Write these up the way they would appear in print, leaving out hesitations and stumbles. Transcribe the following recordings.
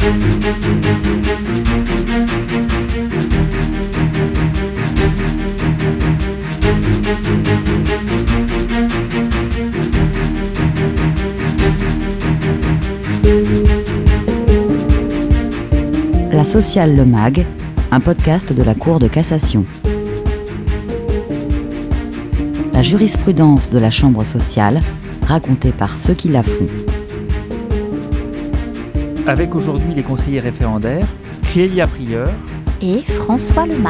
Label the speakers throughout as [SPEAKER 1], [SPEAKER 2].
[SPEAKER 1] La Sociale Le Mag, un podcast de la Cour de cassation. La jurisprudence de la Chambre sociale, racontée par ceux qui la font.
[SPEAKER 2] Avec aujourd'hui les conseillers référendaires, Clélia Prieur
[SPEAKER 3] et François Lemal.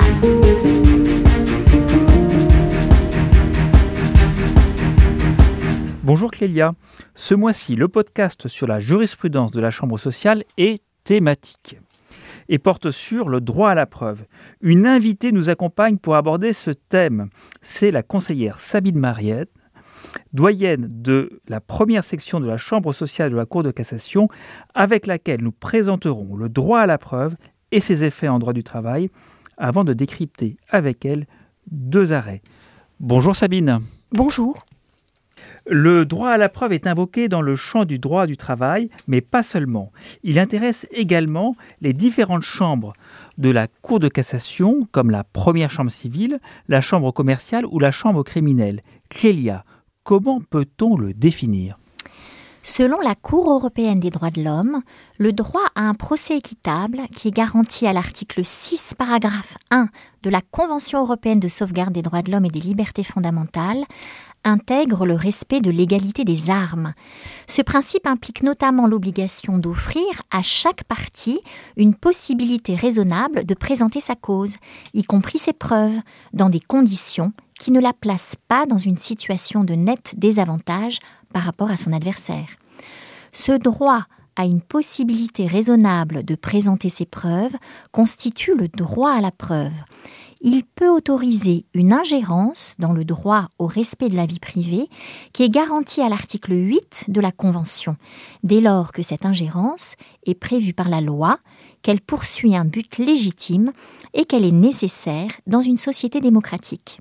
[SPEAKER 2] Bonjour Clélia. Ce mois-ci, le podcast sur la jurisprudence de la Chambre sociale est thématique et porte sur le droit à la preuve. Une invitée nous accompagne pour aborder ce thème. C'est la conseillère Sabine Mariette, doyenne de la première section de la Chambre sociale de la Cour de cassation, avec laquelle nous présenterons le droit à la preuve et ses effets en droit du travail, avant de décrypter avec elle 2 arrêts. Bonjour Sabine.
[SPEAKER 3] Bonjour.
[SPEAKER 2] Le droit à la preuve est invoqué dans le champ du droit du travail, mais pas seulement. Il intéresse également les différentes chambres de la Cour de cassation, comme la première chambre civile, la chambre commerciale ou la chambre criminelle. Clélia, comment peut-on le définir ?
[SPEAKER 3] Selon la Cour européenne des droits de l'homme, le droit à un procès équitable, qui est garanti à l'article 6, paragraphe 1 de la Convention européenne de sauvegarde des droits de l'homme et des libertés fondamentales, intègre le respect de l'égalité des armes. Ce principe implique notamment l'obligation d'offrir à chaque partie une possibilité raisonnable de présenter sa cause, y compris ses preuves, dans des conditions qui ne la placent pas dans une situation de net désavantage par rapport à son adversaire. Ce droit à une possibilité raisonnable de présenter ses preuves constitue le droit à la preuve. Il peut autoriser une ingérence dans le droit au respect de la vie privée qui est garanti à l'article 8 de la Convention, dès lors que cette ingérence est prévue par la loi, qu'elle poursuit un but légitime et qu'elle est nécessaire dans une société démocratique.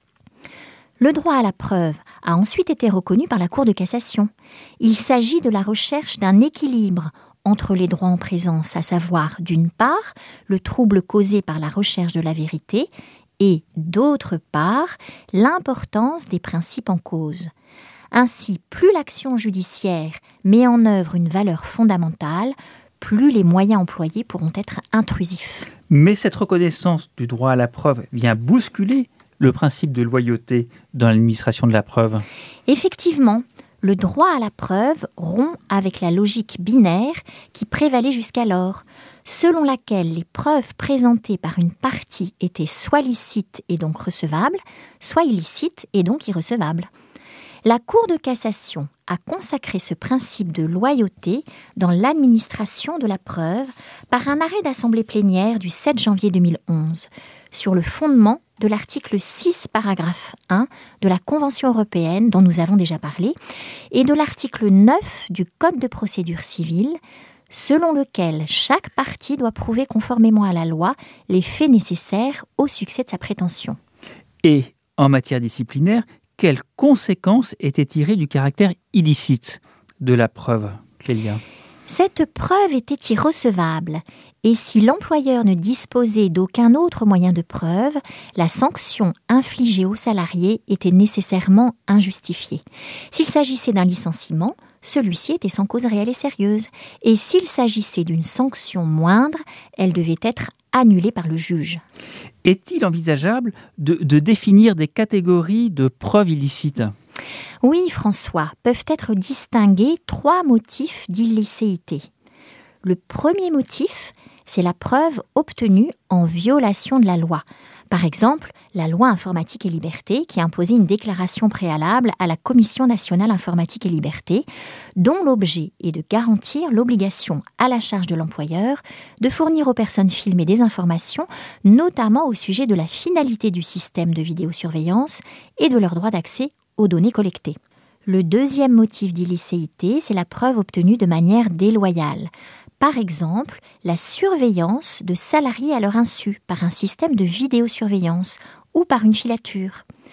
[SPEAKER 3] Le droit à la preuve a ensuite été reconnu par la Cour de cassation. Il s'agit de la recherche d'un équilibre entre les droits en présence, à savoir, d'une part, le trouble causé par la recherche de la vérité et, d'autre part, l'importance des principes en cause. Ainsi, plus l'action judiciaire met en œuvre une valeur fondamentale, plus les moyens employés pourront être intrusifs.
[SPEAKER 2] Mais cette reconnaissance du droit à la preuve vient bousculer le principe de loyauté dans l'administration de la preuve.
[SPEAKER 3] Effectivement, le droit à la preuve rompt avec la logique binaire qui prévalait jusqu'alors, selon laquelle les preuves présentées par une partie étaient soit licites et donc recevables, soit illicites et donc irrecevables. La Cour de cassation a consacré ce principe de loyauté dans l'administration de la preuve par un arrêt d'assemblée plénière du 7 janvier 2011, sur le fondement de l'article 6, paragraphe 1 de la Convention européenne dont nous avons déjà parlé et de l'article 9 du Code de procédure civile, selon lequel chaque partie doit prouver conformément à la loi les faits nécessaires au succès de sa prétention.
[SPEAKER 2] Et, en matière disciplinaire, quelles conséquences étaient tirées du caractère illicite de la preuve, Clélia ?
[SPEAKER 3] Cette preuve était irrecevable et si l'employeur ne disposait d'aucun autre moyen de preuve, la sanction infligée au salarié était nécessairement injustifiée. S'il s'agissait d'un licenciement, celui-ci était sans cause réelle et sérieuse. Et s'il s'agissait d'une sanction moindre, elle devait être annulée par le juge.
[SPEAKER 2] Est-il envisageable de définir des catégories de preuves illicites ?
[SPEAKER 3] Oui, François, peuvent être distingués 3 motifs d'illicéité. Le premier motif, c'est la preuve obtenue en violation de la loi. Par exemple, la loi informatique et liberté qui imposait une déclaration préalable à la Commission nationale informatique et liberté, dont l'objet est de garantir l'obligation à la charge de l'employeur de fournir aux personnes filmées des informations, notamment au sujet de la finalité du système de vidéosurveillance et de leur droit d'accès aux données collectées. Le deuxième motif d'illicéité, c'est la preuve obtenue de manière déloyale. Par exemple, la surveillance de salariés à leur insu par un système de vidéosurveillance ou par une filature.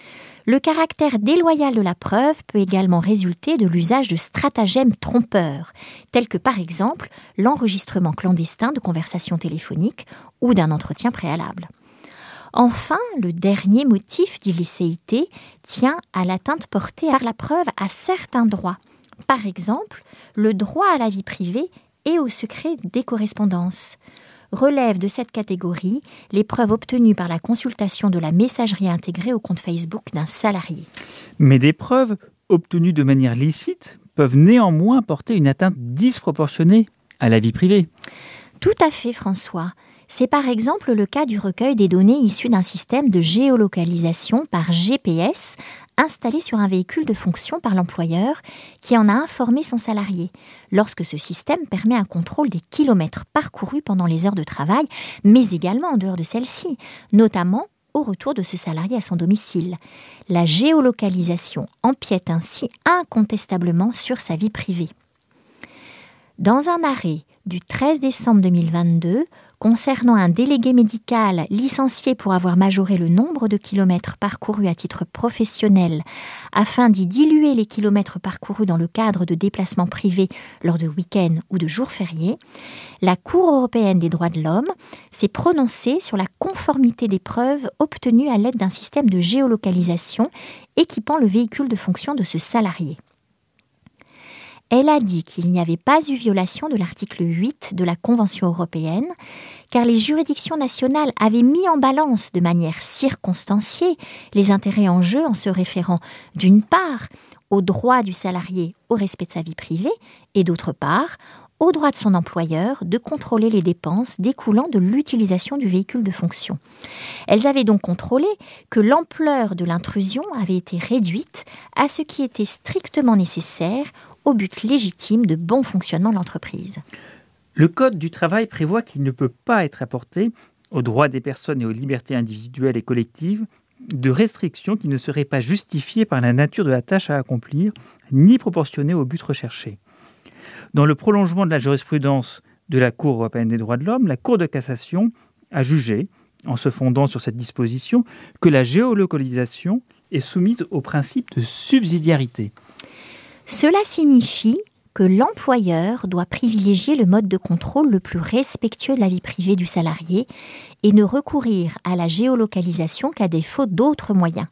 [SPEAKER 3] Le caractère déloyal de la preuve peut également résulter de l'usage de stratagèmes trompeurs, tels que par exemple l'enregistrement clandestin de conversations téléphoniques ou d'un entretien préalable. Enfin, le dernier motif d'illicéité tient à l'atteinte portée par la preuve à certains droits. Par exemple, le droit à la vie privée et au secret des correspondances. Relèvent de cette catégorie les preuves obtenues par la consultation de la messagerie intégrée au compte Facebook d'un salarié.
[SPEAKER 2] Mais des preuves obtenues de manière licite peuvent néanmoins porter une atteinte disproportionnée à la vie privée.
[SPEAKER 3] Tout à fait, François. C'est par exemple le cas du recueil des données issues d'un système de géolocalisation par GPS installé sur un véhicule de fonction par l'employeur qui en a informé son salarié, lorsque ce système permet un contrôle des kilomètres parcourus pendant les heures de travail, mais également en dehors de celles-ci, notamment au retour de ce salarié à son domicile. La géolocalisation empiète ainsi incontestablement sur sa vie privée. Dans un arrêt du 13 décembre 2022, concernant un délégué médical licencié pour avoir majoré le nombre de kilomètres parcourus à titre professionnel afin d'y diluer les kilomètres parcourus dans le cadre de déplacements privés lors de week-ends ou de jours fériés, la Cour européenne des droits de l'homme s'est prononcée sur la conformité des preuves obtenues à l'aide d'un système de géolocalisation équipant le véhicule de fonction de ce salarié. Elle a dit qu'il n'y avait pas eu violation de l'article 8 de la Convention européenne, car les juridictions nationales avaient mis en balance de manière circonstanciée les intérêts en jeu en se référant d'une part au droit du salarié au respect de sa vie privée et d'autre part au droit de son employeur de contrôler les dépenses découlant de l'utilisation du véhicule de fonction. Elles avaient donc contrôlé que l'ampleur de l'intrusion avait été réduite à ce qui était strictement nécessaire au but légitime de bon fonctionnement de l'entreprise.
[SPEAKER 2] Le Code du travail prévoit qu'il ne peut pas être apporté aux droits des personnes et aux libertés individuelles et collectives de restrictions qui ne seraient pas justifiées par la nature de la tâche à accomplir, ni proportionnées au but recherché. Dans le prolongement de la jurisprudence de la Cour européenne des droits de l'homme, la Cour de cassation a jugé, en se fondant sur cette disposition, que la géolocalisation est soumise au principe de subsidiarité.
[SPEAKER 3] Cela signifie que l'employeur doit privilégier le mode de contrôle le plus respectueux de la vie privée du salarié et ne recourir à la géolocalisation qu'à défaut d'autres moyens.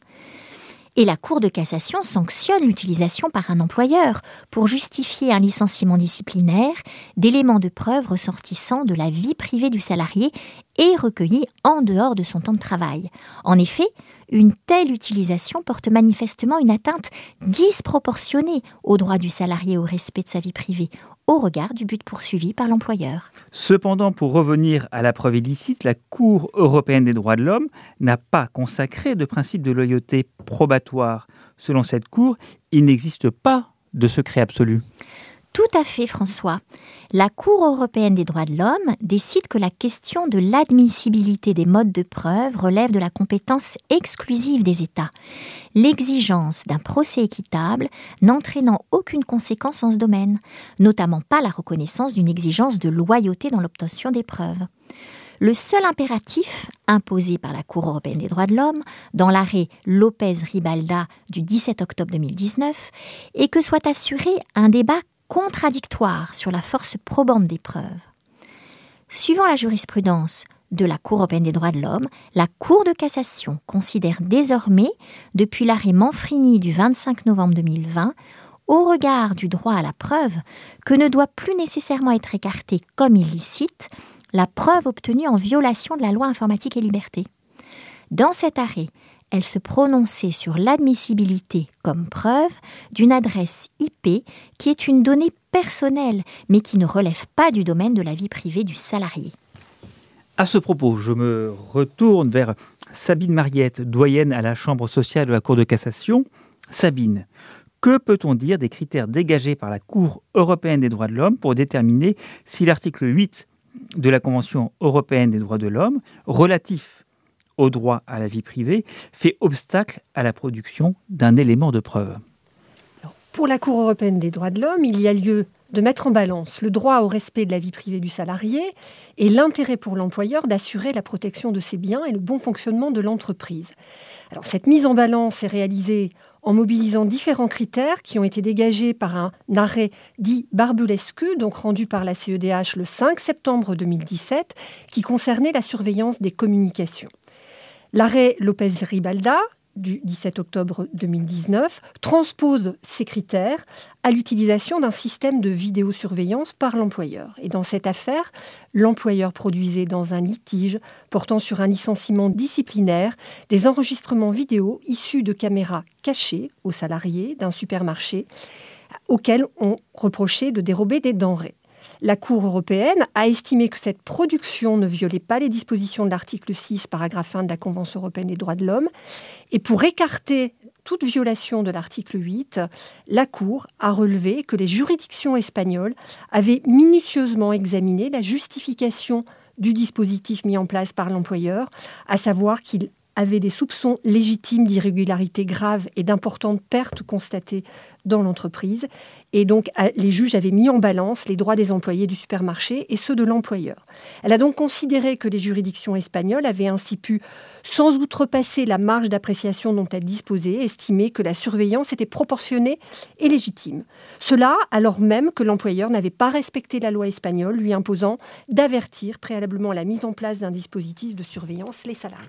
[SPEAKER 3] Et la Cour de cassation sanctionne l'utilisation par un employeur pour justifier un licenciement disciplinaire d'éléments de preuve ressortissant de la vie privée du salarié et recueillis en dehors de son temps de travail. En effet, une telle utilisation porte manifestement une atteinte disproportionnée au droit du salarié au respect de sa vie privée, au regard du but poursuivi par l'employeur.
[SPEAKER 2] Cependant, pour revenir à la preuve illicite, la Cour européenne des droits de l'homme n'a pas consacré de principe de loyauté probatoire. Selon cette Cour, il n'existe pas de secret absolu.
[SPEAKER 3] Tout à fait, François. La Cour européenne des droits de l'homme décide que la question de l'admissibilité des modes de preuve relève de la compétence exclusive des États. L'exigence d'un procès équitable n'entraînant aucune conséquence en ce domaine, notamment pas la reconnaissance d'une exigence de loyauté dans l'obtention des preuves. Le seul impératif imposé par la Cour européenne des droits de l'homme dans l'arrêt Lopez-Ribalda du 17 octobre 2019 est que soit assuré un débat contradictoire sur la force probante des preuves. Suivant la jurisprudence de la Cour européenne des droits de l'homme, la Cour de cassation considère désormais, depuis l'arrêt Manfrini du 25 novembre 2020, au regard du droit à la preuve, que ne doit plus nécessairement être écartée comme illicite la preuve obtenue en violation de la loi informatique et liberté. Dans cet arrêt, elle se prononçait sur l'admissibilité comme preuve d'une adresse IP qui est une donnée personnelle, mais qui ne relève pas du domaine de la vie privée du salarié.
[SPEAKER 2] À ce propos, je me retourne vers Sabine Mariette, doyenne à la Chambre sociale de la Cour de cassation. Sabine, que peut-on dire des critères dégagés par la Cour européenne des droits de l'homme pour déterminer si l'article 8 de la Convention européenne des droits de l'homme, relatif au droit à la vie privée, fait obstacle à la production d'un élément de preuve?
[SPEAKER 4] Pour la Cour européenne des droits de l'homme, il y a lieu de mettre en balance le droit au respect de la vie privée du salarié et l'intérêt pour l'employeur d'assurer la protection de ses biens et le bon fonctionnement de l'entreprise. Alors, cette mise en balance est réalisée en mobilisant différents critères qui ont été dégagés par un arrêt dit Barbulescu, donc rendu par la CEDH le 5 septembre 2017, qui concernait la surveillance des communications. L'arrêt Lopez-Ribalda du 17 octobre 2019 transpose ces critères à l'utilisation d'un système de vidéosurveillance par l'employeur. Et dans cette affaire, l'employeur produisait dans un litige portant sur un licenciement disciplinaire des enregistrements vidéo issus de caméras cachées aux salariés d'un supermarché auxquels on reprochait de dérober des denrées. La Cour européenne a estimé que cette production ne violait pas les dispositions de l'article 6, paragraphe 1 de la Convention européenne des droits de l'homme. Et pour écarter toute violation de l'article 8, la Cour a relevé que les juridictions espagnoles avaient minutieusement examiné la justification du dispositif mis en place par l'employeur, à savoir qu'il avait des soupçons légitimes d'irrégularité grave et d'importantes pertes constatées dans l'entreprise. Et donc, les juges avaient mis en balance les droits des employés du supermarché et ceux de l'employeur. Elle a donc considéré que les juridictions espagnoles avaient ainsi pu, sans outrepasser la marge d'appréciation dont elles disposaient, estimer que la surveillance était proportionnée et légitime. Cela alors même que l'employeur n'avait pas respecté la loi espagnole, lui imposant d'avertir préalablement à la mise en place d'un dispositif de surveillance les salariés.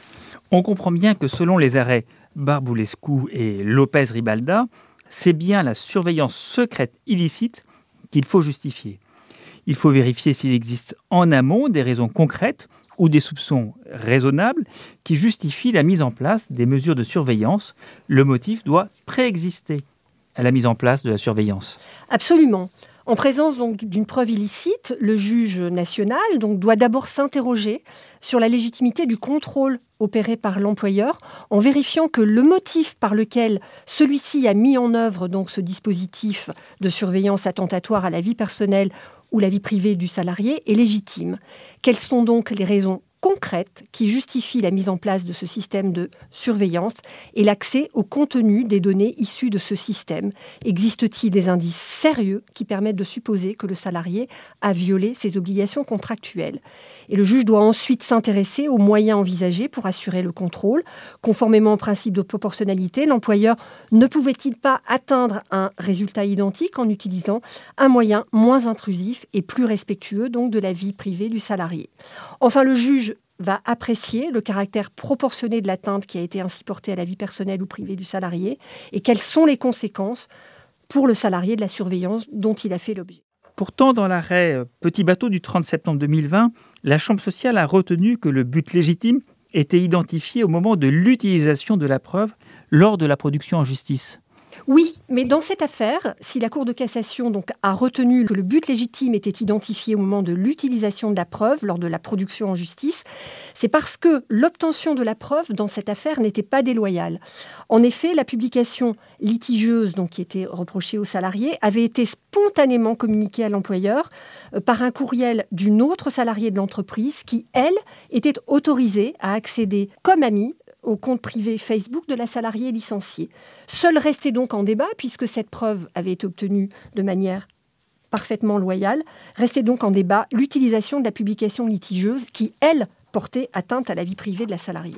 [SPEAKER 2] On comprend bien que selon les arrêts Barbulescu et Lopez-Ribalda, c'est bien la surveillance secrète illicite qu'il faut justifier. Il faut vérifier s'il existe en amont des raisons concrètes ou des soupçons raisonnables qui justifient la mise en place des mesures de surveillance. Le motif doit préexister à la mise en place de la surveillance.
[SPEAKER 4] Absolument. En présence donc d'une preuve illicite, le juge national doit d'abord s'interroger sur la légitimité du contrôle opéré par l'employeur en vérifiant que le motif par lequel celui-ci a mis en œuvre donc ce dispositif de surveillance attentatoire à la vie personnelle ou la vie privée du salarié est légitime. Quelles sont donc les raisons concrètes qui justifient la mise en place de ce système de surveillance et l'accès au contenu des données issues de ce système? Existe-t-il des indices sérieux qui permettent de supposer que le salarié a violé ses obligations contractuelles? Et le juge doit ensuite s'intéresser aux moyens envisagés pour assurer le contrôle. Conformément au principe de proportionnalité, l'employeur ne pouvait-il pas atteindre un résultat identique en utilisant un moyen moins intrusif et plus respectueux donc de la vie privée du salarié? Enfin, le juge va apprécier le caractère proportionné de l'atteinte qui a été ainsi portée à la vie personnelle ou privée du salarié et quelles sont les conséquences pour le salarié de la surveillance dont il a fait l'objet.
[SPEAKER 2] Pourtant, dans l'arrêt Petit Bateau du 30 septembre 2020, la Chambre sociale a retenu que le but légitime était identifié au moment de l'utilisation de la preuve lors de la production en justice.
[SPEAKER 4] Oui, mais dans cette affaire, si la Cour de cassation a retenu que le but légitime était identifié au moment de l'utilisation de la preuve lors de la production en justice, c'est parce que l'obtention de la preuve dans cette affaire n'était pas déloyale. En effet, la publication litigieuse qui était reprochée aux salariés avait été spontanément communiquée à l'employeur par un courriel d'une autre salariée de l'entreprise qui, elle, était autorisée à accéder comme amie au compte privé Facebook de la salariée licenciée. Seul restait donc en débat, puisque cette preuve avait été obtenue de manière parfaitement loyale, restait donc en débat l'utilisation de la publication litigieuse qui, elle, portait atteinte à la vie privée de la salariée.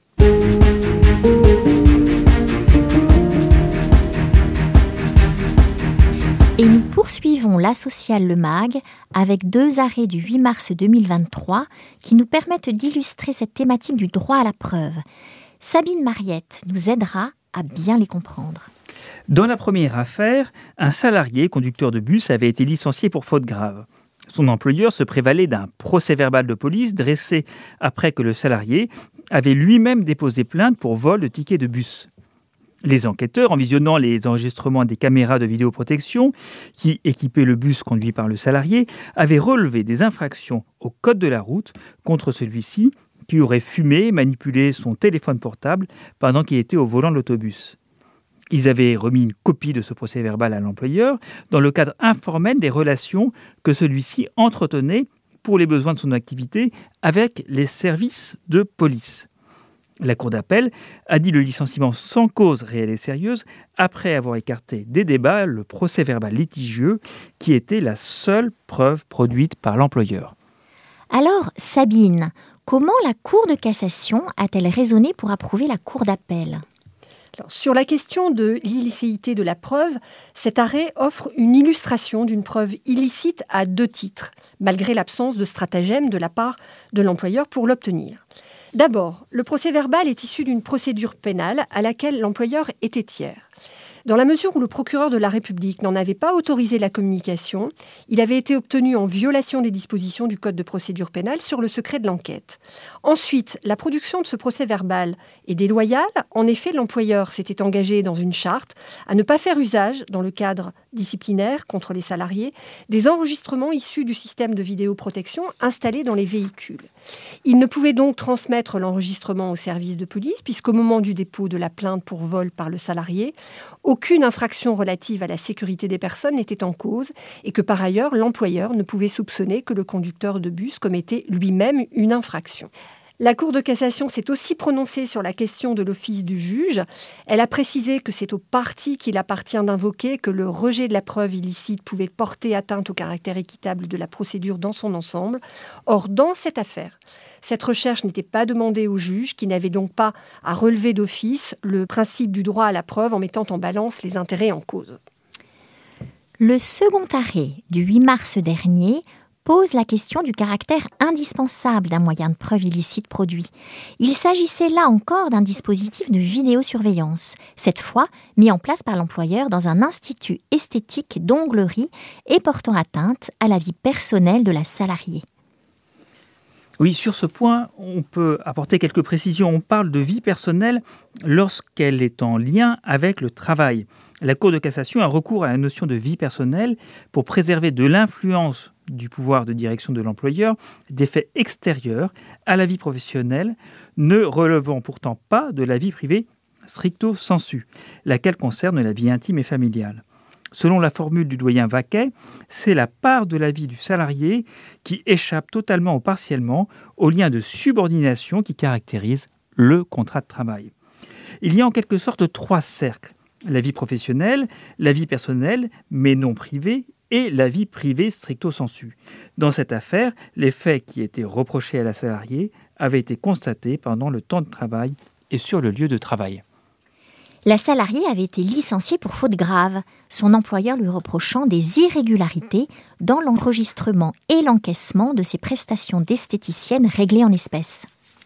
[SPEAKER 3] Et nous poursuivons La Sociale Le Mag avec 2 arrêts du 8 mars 2023 qui nous permettent d'illustrer cette thématique du droit à la preuve. Sabine Mariette nous aidera à bien les comprendre.
[SPEAKER 2] Dans la première affaire, un salarié conducteur de bus avait été licencié pour faute grave. Son employeur se prévalait d'un procès-verbal de police dressé après que le salarié avait lui-même déposé plainte pour vol de tickets de bus. Les enquêteurs, en visionnant les enregistrements des caméras de vidéoprotection qui équipaient le bus conduit par le salarié, avaient relevé des infractions au code de la route contre celui-ci qui aurait fumé et manipulé son téléphone portable pendant qu'il était au volant de l'autobus. Ils avaient remis une copie de ce procès-verbal à l'employeur dans le cadre informel des relations que celui-ci entretenait pour les besoins de son activité avec les services de police. La Cour d'appel a dit le licenciement sans cause réelle et sérieuse après avoir écarté des débats le procès-verbal litigieux qui était la seule preuve produite par l'employeur.
[SPEAKER 3] Alors, Sabine, comment la Cour de cassation a-t-elle raisonné pour approuver la Cour d'appel ?
[SPEAKER 4] Alors, sur la question de l'illicéité de la preuve, cet arrêt offre une illustration d'une preuve illicite à 2 titres, malgré l'absence de stratagème de la part de l'employeur pour l'obtenir. D'abord, le procès-verbal est issu d'une procédure pénale à laquelle l'employeur était tiers. Dans la mesure où le procureur de la République n'en avait pas autorisé la communication, il avait été obtenu en violation des dispositions du Code de procédure pénale sur le secret de l'enquête. Ensuite, la production de ce procès-verbal est déloyale. En effet, l'employeur s'était engagé dans une charte à ne pas faire usage, dans le cadre disciplinaire contre les salariés, des enregistrements issus du système de vidéoprotection installé dans les véhicules. Il ne pouvait donc transmettre l'enregistrement au service de police, puisqu'au moment du dépôt de la plainte pour vol par le salarié, aucune infraction relative à la sécurité des personnes n'était en cause et que par ailleurs, l'employeur ne pouvait soupçonner que le conducteur de bus commettait lui-même une infraction. La Cour de cassation s'est aussi prononcée sur la question de l'office du juge. Elle a précisé que c'est aux parties qu'il appartient d'invoquer que le rejet de la preuve illicite pouvait porter atteinte au caractère équitable de la procédure dans son ensemble. Or, dans cette affaire, cette recherche n'était pas demandée au juge, qui n'avait donc pas à relever d'office le principe du droit à la preuve en mettant en balance les intérêts en cause.
[SPEAKER 3] Le second arrêt du 8 mars dernier pose la question du caractère indispensable d'un moyen de preuve illicite produit. Il s'agissait là encore d'un dispositif de vidéosurveillance, cette fois mis en place par l'employeur dans un institut esthétique d'onglerie et portant atteinte à la vie personnelle de la salariée.
[SPEAKER 2] Oui, sur ce point, on peut apporter quelques précisions. On parle de vie personnelle lorsqu'elle est en lien avec le travail. La Cour de cassation a recours à la notion de vie personnelle pour préserver de l'influence du pouvoir de direction de l'employeur des faits extérieurs à la vie professionnelle, ne relevant pourtant pas de la vie privée stricto sensu, laquelle concerne la vie intime et familiale. Selon la formule du doyen Vaquet, c'est la part de la vie du salarié qui échappe totalement ou partiellement au lien de subordination qui caractérise le contrat de travail. Il y a en quelque sorte 3 cercles: la vie professionnelle, la vie personnelle, mais non privée, et la vie privée stricto sensu. Dans cette affaire, les faits qui étaient reprochés à la salariée avaient été constatés pendant le temps de travail et sur le lieu de travail.
[SPEAKER 3] La salariée avait été licenciée pour faute grave, son employeur lui reprochant des irrégularités dans l'enregistrement et l'encaissement de ses prestations d'esthéticienne réglées en espèces.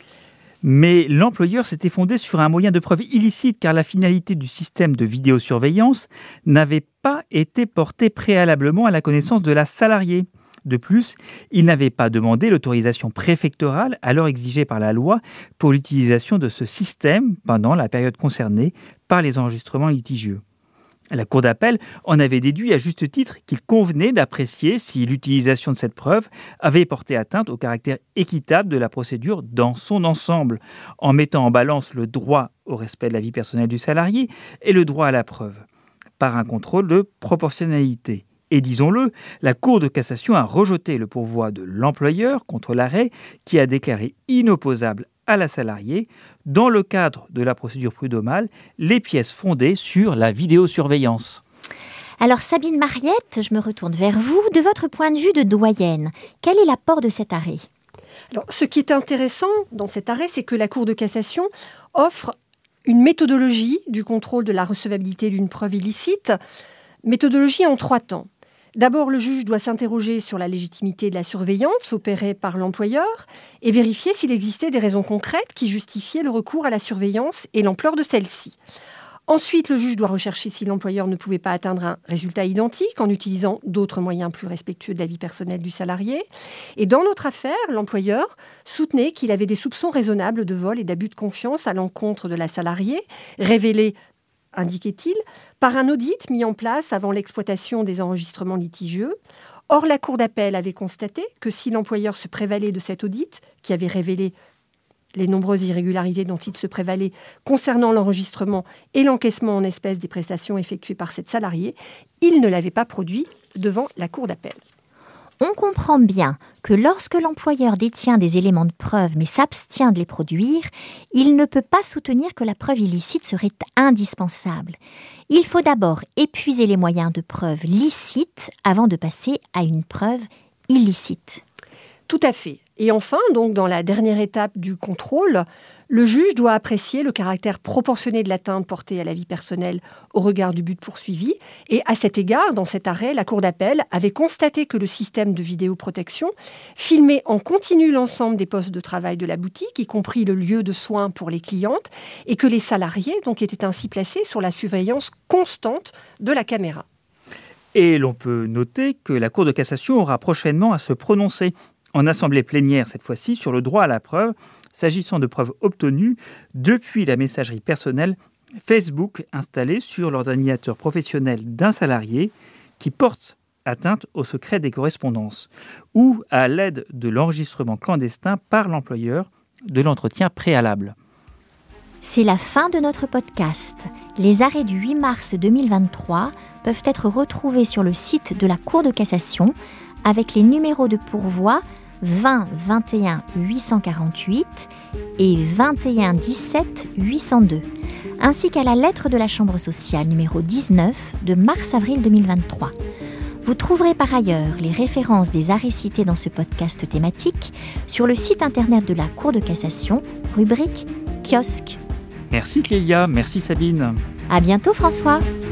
[SPEAKER 2] Mais l'employeur s'était fondé sur un moyen de preuve illicite, car la finalité du système de vidéosurveillance n'avait pas été portée préalablement à la connaissance de la salariée. De plus, il n'avait pas demandé l'autorisation préfectorale, alors exigée par la loi, pour l'utilisation de ce système pendant la période concernée par les enregistrements litigieux. La Cour d'appel en avait déduit à juste titre qu'il convenait d'apprécier si l'utilisation de cette preuve avait porté atteinte au caractère équitable de la procédure dans son ensemble, en mettant en balance le droit au respect de la vie personnelle du salarié et le droit à la preuve, par un contrôle de proportionnalité. Et disons-le, la Cour de cassation a rejeté le pourvoi de l'employeur contre l'arrêt qui a déclaré inopposable à la salariée, dans le cadre de la procédure prud'homale, les pièces fondées sur la vidéosurveillance.
[SPEAKER 3] Alors Sabine Mariette, je me retourne vers vous. De votre point de vue de doyenne, quel est l'apport de cet arrêt ?
[SPEAKER 4] Alors, ce qui est intéressant dans cet arrêt, c'est que la Cour de cassation offre une méthodologie du contrôle de la recevabilité d'une preuve illicite, méthodologie en 3 temps. D'abord, le juge doit s'interroger sur la légitimité de la surveillance opérée par l'employeur et vérifier s'il existait des raisons concrètes qui justifiaient le recours à la surveillance et l'ampleur de celle-ci. Ensuite, le juge doit rechercher si l'employeur ne pouvait pas atteindre un résultat identique en utilisant d'autres moyens plus respectueux de la vie personnelle du salarié. Et dans notre affaire, l'employeur soutenait qu'il avait des soupçons raisonnables de vol et d'abus de confiance à l'encontre de la salariée, révélés, indiquait-il, par un audit mis en place avant l'exploitation des enregistrements litigieux. Or, la Cour d'appel avait constaté que si l'employeur se prévalait de cet audit, qui avait révélé les nombreuses irrégularités dont il se prévalait concernant l'enregistrement et l'encaissement en espèces des prestations effectuées par cette salariée, il ne l'avait pas produit devant la Cour d'appel.
[SPEAKER 3] On comprend bien que lorsque l'employeur détient des éléments de preuve mais s'abstient de les produire, il ne peut pas soutenir que la preuve illicite serait indispensable. Il faut d'abord épuiser les moyens de preuve licites avant de passer à une preuve illicite.
[SPEAKER 4] Tout à fait. Et enfin, donc, dans la dernière étape du contrôle, le juge doit apprécier le caractère proportionné de l'atteinte portée à la vie personnelle au regard du but poursuivi. Et à cet égard, dans cet arrêt, la Cour d'appel avait constaté que le système de vidéoprotection filmait en continu l'ensemble des postes de travail de la boutique, y compris le lieu de soins pour les clientes, et que les salariés donc, étaient ainsi placés sur la surveillance constante de la caméra.
[SPEAKER 2] Et l'on peut noter que la Cour de cassation aura prochainement à se prononcer en assemblée plénière cette fois-ci sur le droit à la preuve, s'agissant de preuves obtenues depuis la messagerie personnelle Facebook installée sur l'ordinateur professionnel d'un salarié qui porte atteinte au secret des correspondances ou à l'aide de l'enregistrement clandestin par l'employeur de l'entretien préalable.
[SPEAKER 3] C'est la fin de notre podcast. Les arrêts du 8 mars 2023 peuvent être retrouvés sur le site de la Cour de cassation avec les numéros de pourvoi 20 21 848 et 21 17 802, ainsi qu'à la lettre de la Chambre sociale numéro 19 de mars-avril 2023. Vous trouverez par ailleurs les références des arrêts cités dans ce podcast thématique sur le site internet de la Cour de cassation, rubrique kiosque.
[SPEAKER 2] Merci Clélia, merci Sabine.
[SPEAKER 3] À bientôt François.